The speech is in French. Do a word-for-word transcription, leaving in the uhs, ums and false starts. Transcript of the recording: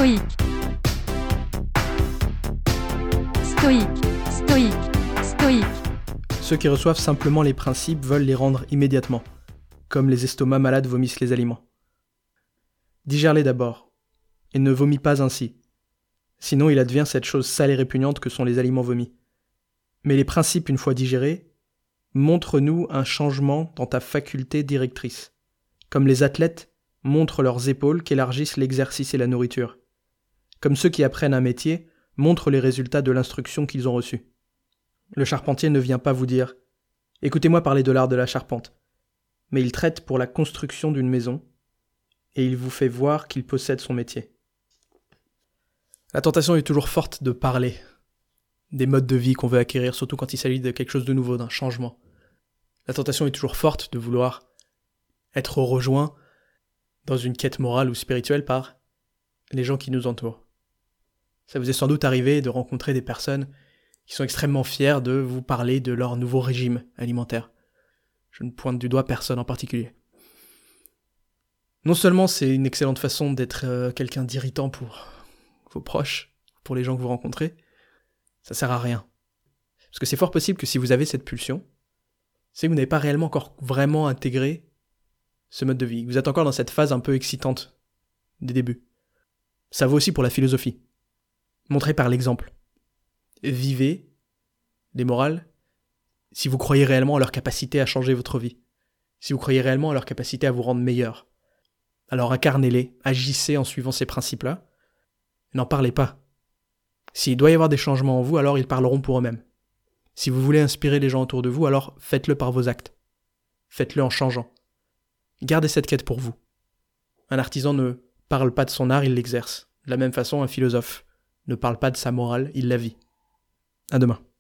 stoïque, stoïque, stoïque, stoïque. Ceux qui reçoivent simplement les principes veulent les rendre immédiatement, comme les estomacs malades vomissent les aliments. Digère-les d'abord, et ne vomis pas ainsi. Sinon il advient cette chose sale et répugnante que sont les aliments vomis. Mais les principes, une fois digérés, montrent-nous un changement dans ta faculté directrice, comme les athlètes montrent leurs épaules qu'élargissent l'exercice et la nourriture, comme ceux qui apprennent un métier montrent les résultats de l'instruction qu'ils ont reçue. Le charpentier ne vient pas vous dire « Écoutez-moi parler de l'art de la charpente », mais il traite pour la construction d'une maison, et il vous fait voir qu'il possède son métier. La tentation est toujours forte de parler des modes de vie qu'on veut acquérir, surtout quand il s'agit de quelque chose de nouveau, d'un changement. La tentation est toujours forte de vouloir être rejoint dans une quête morale ou spirituelle par les gens qui nous entourent. Ça vous est sans doute arrivé de rencontrer des personnes qui sont extrêmement fiers de vous parler de leur nouveau régime alimentaire. Je ne pointe du doigt personne en particulier. Non seulement c'est une excellente façon d'être euh, quelqu'un d'irritant pour vos proches, pour les gens que vous rencontrez, ça sert à rien. Parce que c'est fort possible que si vous avez cette pulsion, c'est que vous n'avez pas réellement encore vraiment intégré ce mode de vie. Vous êtes encore dans cette phase un peu excitante des débuts. Ça vaut aussi pour la philosophie. Montrez par l'exemple. Vivez des morales si vous croyez réellement à leur capacité à changer votre vie. Si vous croyez réellement à leur capacité à vous rendre meilleur. Alors incarnez-les, agissez en suivant ces principes-là. N'en parlez pas. S'il doit y avoir des changements en vous, alors ils parleront pour eux-mêmes. Si vous voulez inspirer les gens autour de vous, alors faites-le par vos actes. Faites-le en changeant. Gardez cette quête pour vous. Un artisan ne parle pas de son art, il l'exerce. De la même façon, un philosophe ne parle pas de sa morale, il la vit. À demain.